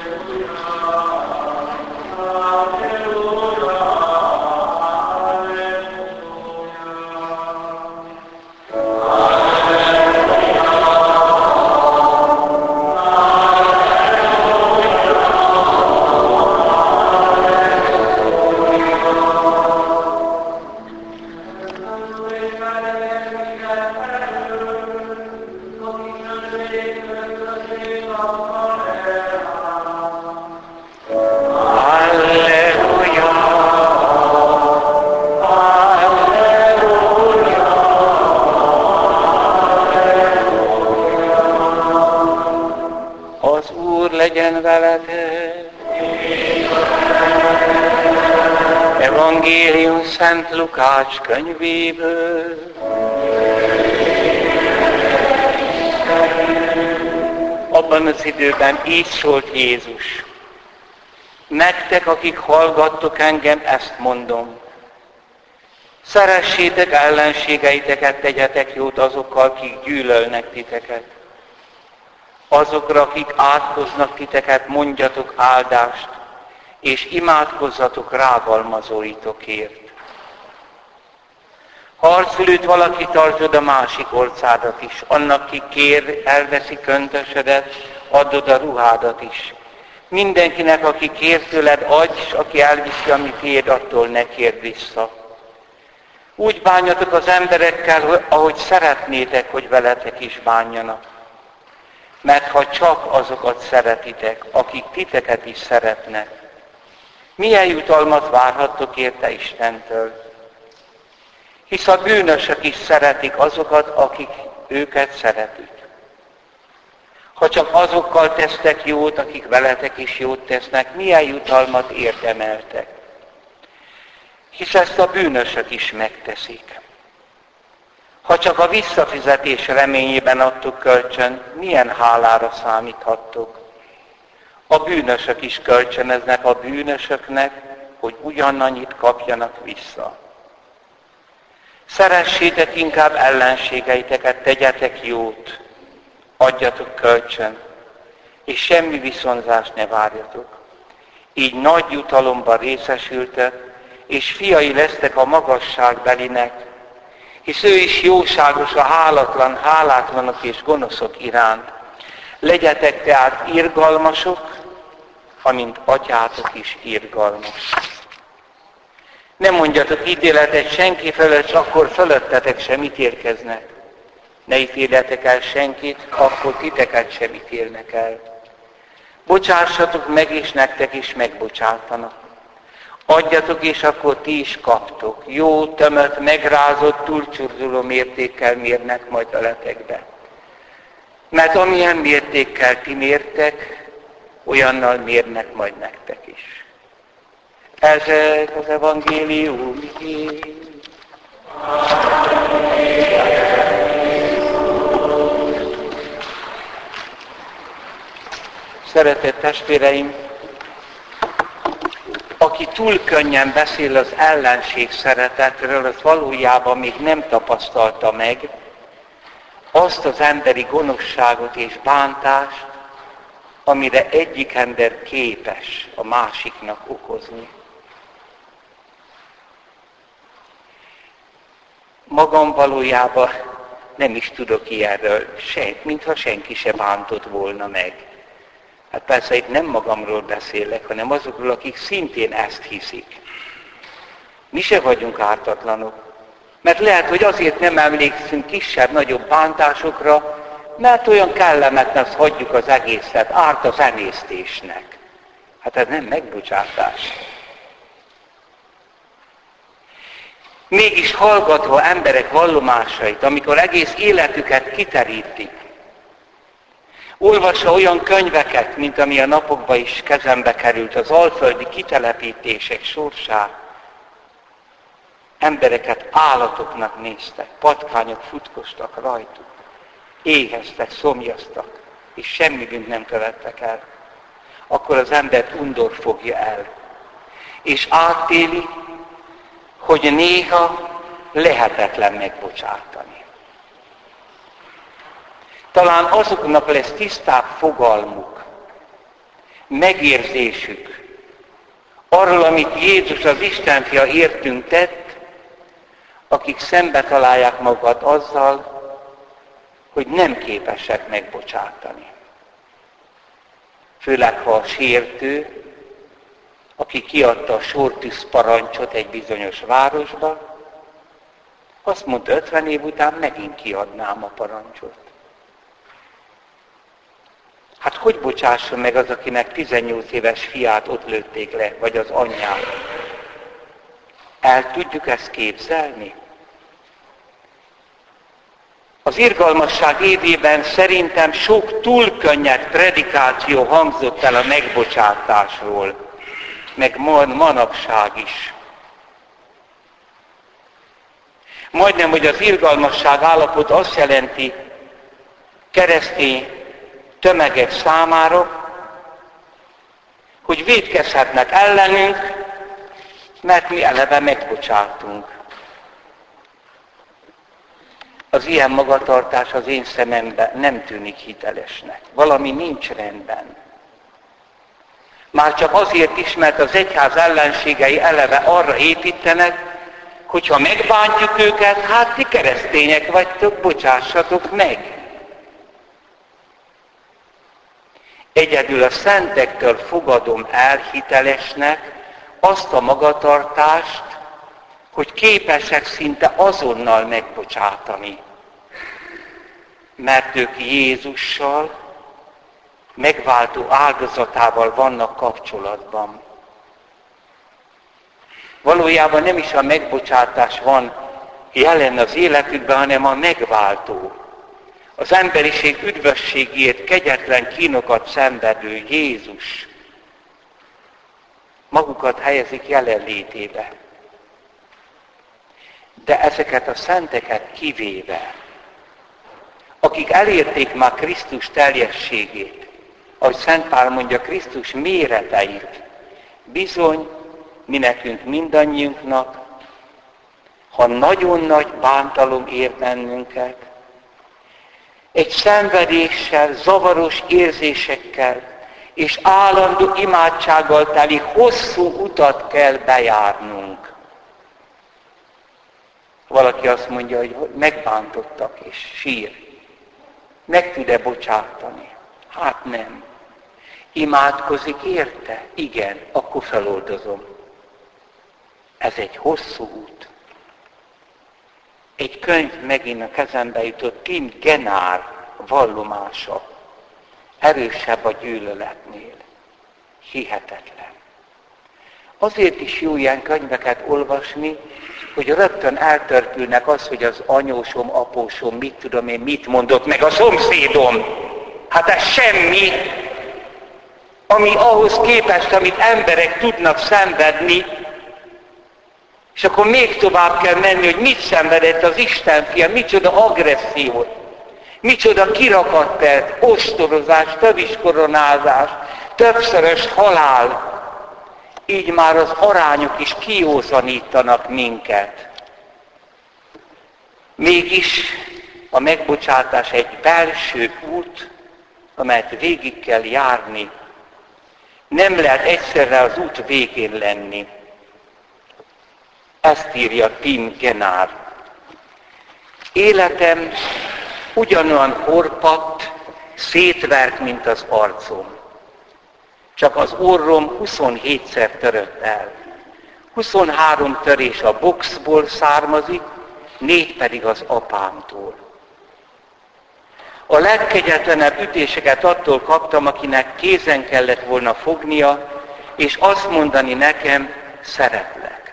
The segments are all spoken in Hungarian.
legyen veletek. Evangélium Szent Lukács könyvéből. Abban az időben így szólt Jézus. Nektek, akik hallgattok engem, ezt mondom. Szeressétek ellenségeiteket, tegyetek jót azokkal, akik gyűlölnek titeket. Azokra, akik átkoznak titeket, mondjatok áldást, és imádkozzatok rágalmazóitokért. Ha arcfülűt valaki tartsd a másik orcádat is, annak, ki kér, elveszi köntösedet, add oda ruhádat is. Mindenkinek, aki kér tőled, adj, és aki elviszi, ami tiéd, attól ne kérd vissza. Úgy bánjatok az emberekkel, ahogy szeretnétek, hogy veletek is bánjanak. Mert ha csak azokat szeretitek, akik titeket is szeretnek, milyen jutalmat várhattok érte Istentől? Hisz a bűnösök is szeretik azokat, akik őket szeretik. Ha csak azokkal tesztek jót, akik veletek is jót tesznek, milyen jutalmat érdemeltek? Hisz ezt a bűnösök is megteszik. Ha csak a visszafizetés reményében adtuk kölcsön, milyen hálára számíthattok? A bűnösök is kölcsönöznek a bűnösöknek, hogy ugyanannyit kapjanak vissza. Szeressétek inkább ellenségeiteket, tegyetek jót, adjatok kölcsön, és semmi viszonzást ne várjatok. Így nagy jutalomban részesültek, és fiai lesztek a magasságbelinek, hisz ő is jóságos a hálátlanok és gonoszok iránt. Legyetek tehát irgalmasok, amint atyátok is irgalmas. Ne mondjatok ítéletet senki fölött, akkor fölöttetek sem ítélkeznek. Ne ítéljetek el senkit, akkor titeket sem ítélnek el. Bocsássatok meg, és nektek is megbocsátanak. Adjatok, és akkor ti is kaptok. Jó, tömött, megrázott, túlcsurzuló mértékkel mérnek majd veletekbe. Mert amilyen mértékkel ti mértek, olyannal mérnek majd nektek is. Ezek az evangélium igény. Szeretett testvéreim, aki túl könnyen beszél az ellenség szeretetről, az valójában még nem tapasztalta meg azt az emberi gonoszságot és bántást, amire egyik ember képes a másiknak okozni. Magam valójában nem is tudok ilyenről, mintha senki se bántott volna meg. Hát persze itt nem magamról beszélek, hanem azokról, akik szintén ezt hiszik. Mi se vagyunk ártatlanok, mert lehet, hogy azért nem emlékszünk kisebb-nagyobb bántásokra, mert olyan kellemetlen, azt hagyjuk az egészet, árt az emésztésnek. Hát ez nem megbocsátás. Mégis hallgatva emberek vallomásait, amikor egész életüket kiterítik, olvassa olyan könyveket, mint ami a napokban is kezembe került, az alföldi kitelepítések sorsát, embereket állatoknak néztek, patkányok futkostak rajtuk, éheztek, szomjaztak, és semmi bűnt nem követtek el, akkor az embert undor fogja el. És átéli, hogy néha lehetetlen megbocsátani. Talán azoknak lesz tisztább fogalmuk, megérzésük arról, amit Jézus az Isten fia értünk tett, akik szembe találják magukat azzal, hogy nem képesek megbocsátani. Főleg, ha a sértő, aki kiadta a sortűz parancsot egy bizonyos városba, azt mondta, 50 év után megint kiadnám a parancsot. Hát hogy bocsásson meg az, akinek 18 éves fiát ott lőtték le, vagy az anyját? El tudjuk ezt képzelni? Az irgalmasság évében szerintem sok túl könnyed predikáció hangzott el a megbocsátásról, meg manapság is. Majdnem, hogy az irgalmasság állapot azt jelenti keresztény tömegek számára, hogy vétkezhetnek ellenünk, mert mi eleve megbocsátunk. Az ilyen magatartás az én szememben nem tűnik hitelesnek. Valami nincs rendben. Már csak azért is, mert az egyház ellenségei eleve arra építenek, hogyha megbántjuk őket, hát ti keresztények vagytok, bocsássatok meg. Egyedül a szentektől fogadom el hitelesnek azt a magatartást, hogy képesek szinte azonnal megbocsátani. Mert ők Jézussal, megváltó áldozatával vannak kapcsolatban. Valójában nem is a megbocsátás van jelen az életükben, hanem a megváltó. Az emberiség üdvösségért kegyetlen kínokat szenvedő Jézus. Magukat helyezik jelenlétébe. De ezeket a szenteket kivéve, akik elérték már Krisztus teljességét, ahogy Szent Pál mondja, Krisztus méreteit, bizony mi nekünk mindannyiunknak, ha nagyon nagy bántalom ér bennünket, egy szenvedéssel, zavaros érzésekkel és állandó imádsággal teli hosszú utat kell bejárnunk. Valaki azt mondja, hogy megbántottak és sír. Meg tud-e bocsátani? Hát nem. Imádkozik érte? Igen, akkor feloldozom. Ez egy hosszú út. Egy könyv megint a kezembe jutott, Tim Genár vallomása. Erősebb a gyűlöletnél. Hihetetlen. Azért is jó ilyen könyveket olvasni, hogy rögtön eltörpülnek az, hogy az anyósom, apósom, mit tudom én, mit mondott meg a szomszédom. Hát ez semmi, ami ahhoz képest, amit emberek tudnak szenvedni, és akkor még tovább kell menni, hogy mit szenvedett az Isten fia, micsoda agressziót, micsoda kirakattelt, ostorozás, töviskoronázás, többszörös halál. Így már az arányok is kiózanítanak minket. Mégis a megbocsátás egy belső út, amelyet végig kell járni. Nem lehet egyszerre az út végén lenni. Ezt írja Tim Genár. Életem ugyanolyan korpadt, szétvert, mint az arcom. Csak az orrom 27-szer törött el. 23 törés a boxból származik, 4 pedig az apámtól. A legkegyetlenebb ütéseket attól kaptam, akinek kézen kellett volna fognia, és azt mondani nekem, szeretlek.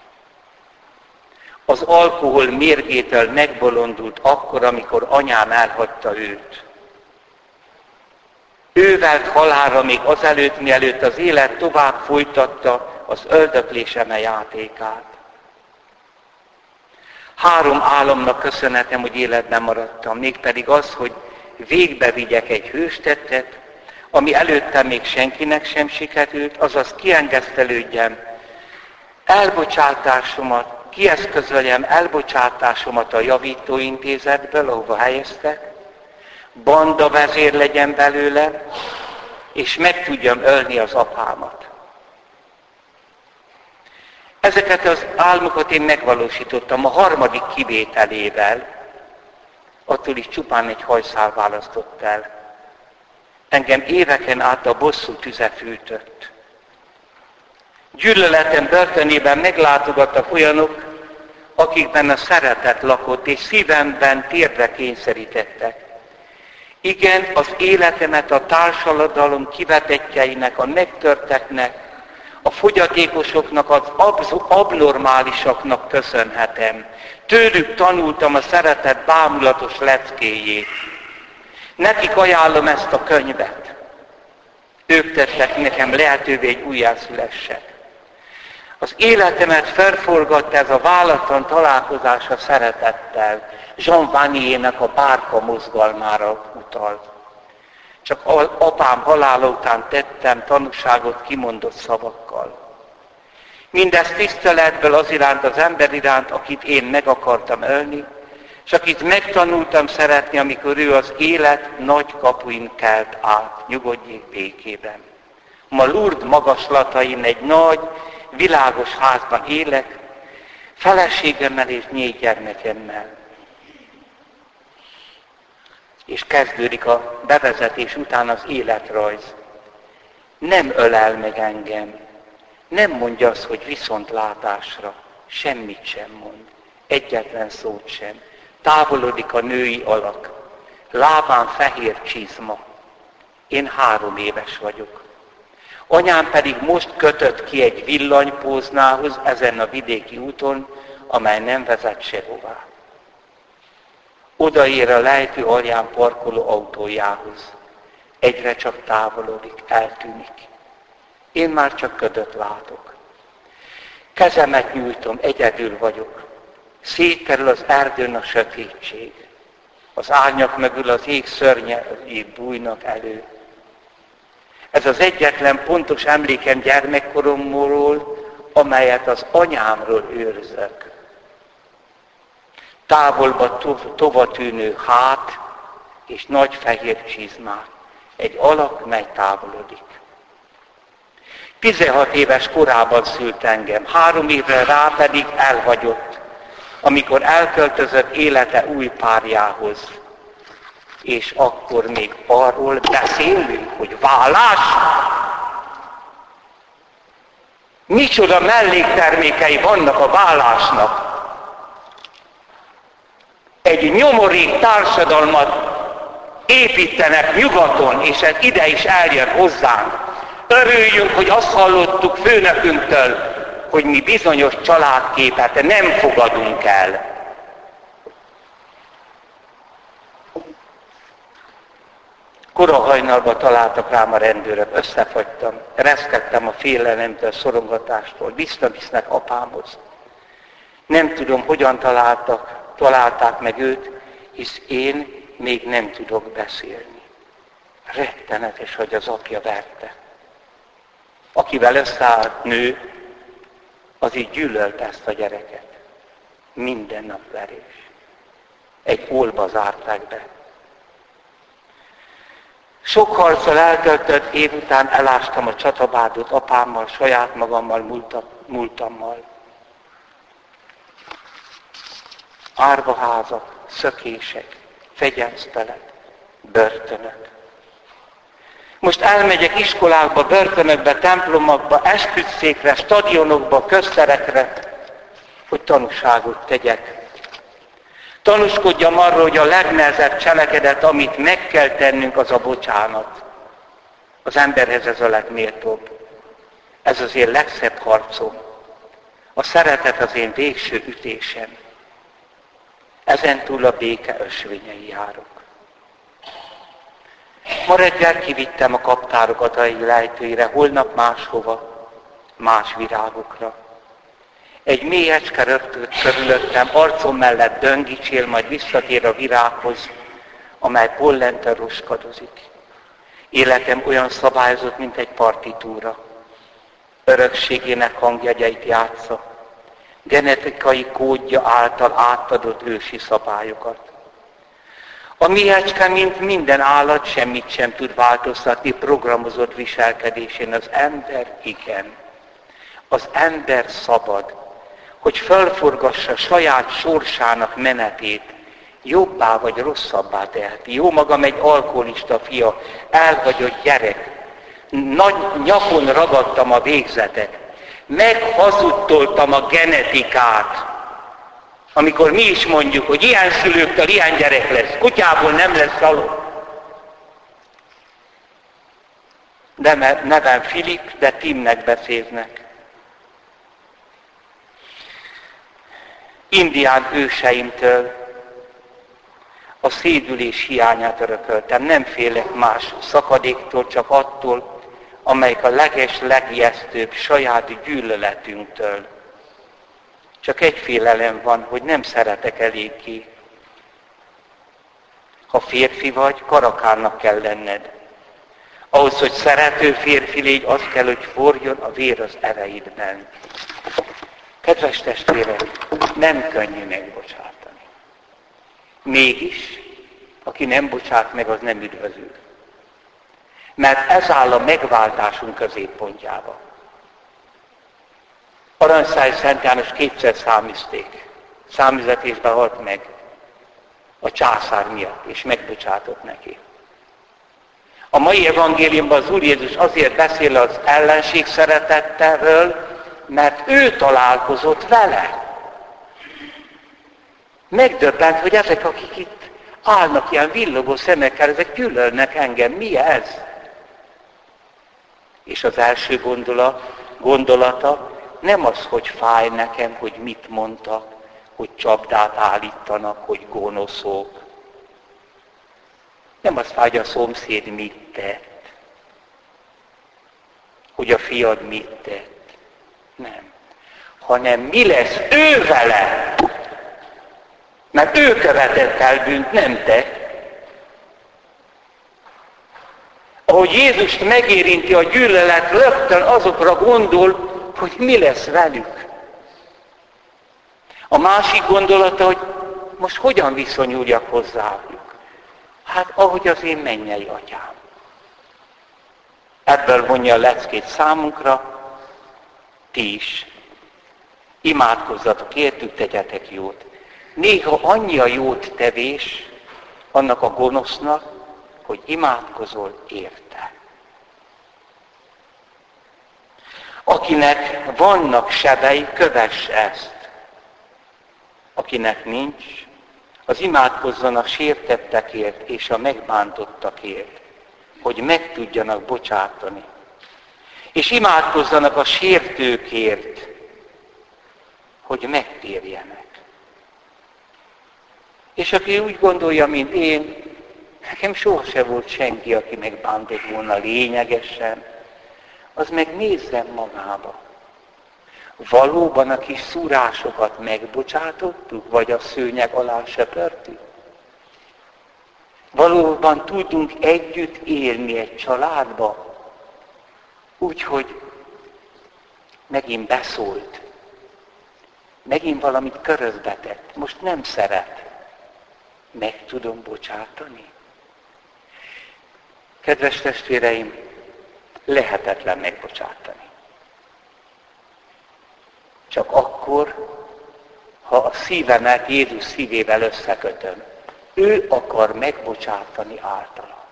Az alkohol mérgétől megbolondult akkor, amikor anyám elhagyta őt. Ő vert halálra még azelőtt, mielőtt az élet tovább folytatta az öldökléseme játékát. 3 álomnak köszönhetem, hogy életben maradtam, mégpedig az, hogy végbe vigyek egy hőstettet, ami előttem még senkinek sem sikerült, azaz kiengesztelődjem elbocsátásomat, kieszközöljem elbocsátásomat a javítóintézetből, ahova helyeztek, banda vezér legyen belőle, és meg tudjam ölni az apámat. Ezeket az álmokat én megvalósítottam a harmadik kivételével, attól is csupán egy hajszál választott el. Engem éveken át a bosszú tüze fűtött. Gyűlöletem börtönében meglátogattak olyanok, akikben a szeretet lakott, és szívemben térdre kényszerítettek. Igen, az életemet a társadalom kivetettjeinek, a megtörteknek, a fogyatékosoknak, az abnormálisaknak köszönhetem. Tőlük tanultam a szeretet bámulatos leckéjét. Nekik ajánlom ezt a könyvet. Ők tettek nekem lehetővé, hogy újjászülessek. Az életemet felforgatta ez a válatlan találkozás a szeretettel. Jean Vanier-nek a Bárka mozgalmára utal. Csak apám halála után tettem tanúságot kimondott szavakkal. Mindezt tiszteletből az iránt, az ember iránt, akit én meg akartam ölni, és akit megtanultam szeretni, amikor ő az élet nagy kapuin kelt át, nyugodjék békében. Ma Lourdes magaslatain egy nagy, világos házban élek, feleségemmel és 4 gyermekemmel. És kezdődik a bevezetés után az életrajz. Nem ölel meg engem, nem mondja azt, hogy viszontlátásra, semmit sem mond, egyetlen szót sem. Távolodik a női alak, lábán fehér csizma. Én 3 éves vagyok. Anyám pedig most kötött ki egy villanypóznához ezen a vidéki úton, amely nem vezet sehová. Odaér a lejtő alján parkoló autójához. Egyre csak távolodik, eltűnik. Én már csak ködöt látok. Kezemet nyújtom, egyedül vagyok. Szétterül az erdőn a sötétség. Az árnyak mögül az ég szörnyei bújnak elő. Ez az egyetlen pontos emlékem gyermekkoromról, amelyet az anyámról őrzök. Távolba tovatűnő hát és nagy fehér csizmák. Egy alak, mely távolodik. 16 éves korában szült engem, 3 évre rá pedig elhagyott, amikor elköltözött élete új párjához. És akkor még arról beszélünk, hogy vállás? Micsoda melléktermékei vannak a vállásnak? Egy nyomorék társadalmat építenek nyugaton, és ez ide is eljön hozzánk. Örüljünk, hogy azt hallottuk főnökünktől, hogy mi bizonyos családképet nem fogadunk el. Kora hajnalban találtak rám a rendőrök, összefagytam, reszkedtem a félelemtől, a szorongatástól, visszavisznek apámhoz. Nem tudom, hogyan találták meg őt, hisz én még nem tudok beszélni. Rettenetes, hogy az apja verte. Akivel összeállt nő, az így gyűlölte ezt a gyereket. Minden nap verés. Egy ólba zárták be. Sok harccal eltöltött év után elástam a csatabárdot apámmal, saját magammal, múltammal. Árvaházak, szökések, fegyeztelet, börtönök. Most elmegyek iskolákba, börtönökbe, templomokba, esküdtszékre, stadionokba, közterekre, hogy tanúságot tegyek. Tanúskodjam arról, hogy a legnehezebb cselekedet, amit meg kell tennünk, az a bocsánat. Az emberhez ez a legméltóbb. Ez az én legszebb harcom. A szeretet az én végső ütésem. Ezentúl a béke ösvényei járok. Ma reggel kivittem a kaptárokat a lejtőire, holnap máshova, más virágokra. Egy mélyecske rögtött körülöttem, arcom mellett döngicsél, majd visszatér a virághoz, amely pollentől roskadozik. Életem olyan szabályozott, mint egy partitúra. Örökségének hangjegyeit játsza, genetikai kódja által átadott ősi szabályokat. A méhecske, mint minden állat, semmit sem tud változtatni programozott viselkedésén. Az ember igen. Az ember szabad, hogy felforgassa saját sorsának menetét, jobbá vagy rosszabbá teheti. Jó magam egy alkoholista fia, elhagyott gyerek. Nagy nyakon ragadtam a végzetet. Meghazudtoltam a genetikát. Amikor mi is mondjuk, hogy ilyen szülőktől ilyen gyerek lesz, kutyából nem lesz szalon. De nevem Filip, de Timnek beszélnek. Indián őseimtől a szédülés hiányát örököltem. Nem félek más szakadéktól, csak attól, amelyik a legjesztőbb saját gyűlöletünktől. Csak egy félelem van, hogy nem szeretek eléggé. Ha férfi vagy, karakálnak kell lenned. Ahhoz, hogy szerető férfi légy, az kell, hogy forjon a vér az ereidben. Kedves testvérek, nem könnyű megbocsátani. Mégis, aki nem bocsát meg, az nem üdvözül. Mert ez áll a megváltásunk középpontjába. Aranyszáj Szent János kétszer száműzték. Száműzetésben halt meg a császár miatt, és megbocsátott neki. A mai evangéliumban az Úr Jézus azért beszél az ellenség szeretettelről, mert ő találkozott vele. Megdöbbent, hogy ezek, akik itt állnak ilyen villogó szemekkel, ezek gyűlölnek engem. Mi ez? És az első gondolata nem az, hogy fáj nekem, hogy mit mondtak, hogy csapdát állítanak, hogy gonoszok. Nem az fáj, hogy a szomszéd mit tett, hogy a fiad mit tett. Nem. Hanem mi lesz ő vele. Mert ő követett el bűnt, nem te. Ahogy Jézust megérinti a gyűlölet, rögtön azokra gondol, hogy mi lesz velük. A másik gondolata, hogy most hogyan viszonyuljak hozzájuk. Hát ahogy az én mennyei atyám. Ebből vonja a leckét számunkra, ti is. Imádkozzatok értük, tegyetek jót. Néha annyi a jót tevés annak a gonosznak, hogy imádkozol érte. Akinek vannak sebei, kövess ezt. Akinek nincs, az imádkozzon a sértettekért és a megbántottakért, hogy meg tudjanak bocsátani. És imádkozzanak a sértőkért, hogy megtérjenek. És aki úgy gondolja, mint én, nekem sohasem volt senki, aki megbántott volna lényegesen, az meg nézzen magába. Valóban a kis szúrásokat megbocsátottuk, vagy a szőnyeg alá söpörtük? Valóban tudunk együtt élni egy családba, úgyhogy megint beszólt, megint valamit körözbe tett, most nem szeret. Meg tudom bocsátani? Kedves testvéreim, lehetetlen megbocsátani. Csak akkor, ha a szívemet Jézus szívével összekötöm. Ő akar megbocsátani általa.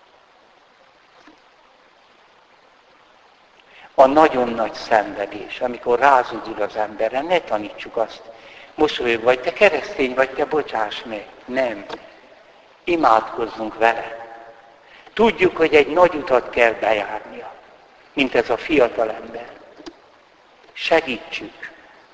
A nagyon nagy szenvedés, amikor rázódul az emberre, ne tanítsuk azt, mosolyog vagy, te keresztény vagy, te bocsáss meg. Nem. Imádkozzunk vele. Tudjuk, hogy egy nagy utat kell bejárnia, mint ez a fiatal ember. Segítsük.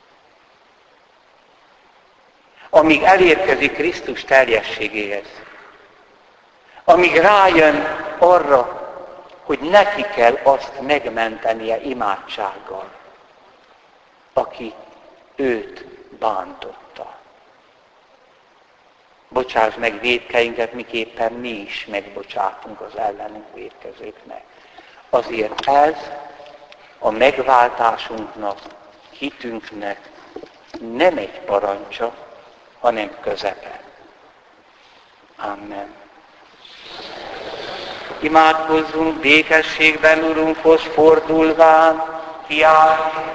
Amíg elérkezik Krisztus teljességéhez. Amíg rájön arra, hogy neki kell azt megmentenie imádsággal, aki őt bántotta. Bocsáss meg vétkeinket, miképpen mi is megbocsátunk az ellenünk vétkezőknek. Azért ez a megváltásunknak, hitünknek nem egy parancsa, hanem közepe. Amen. Imádkozzunk békességben Urunkhoz fordulván, kiáltjuk.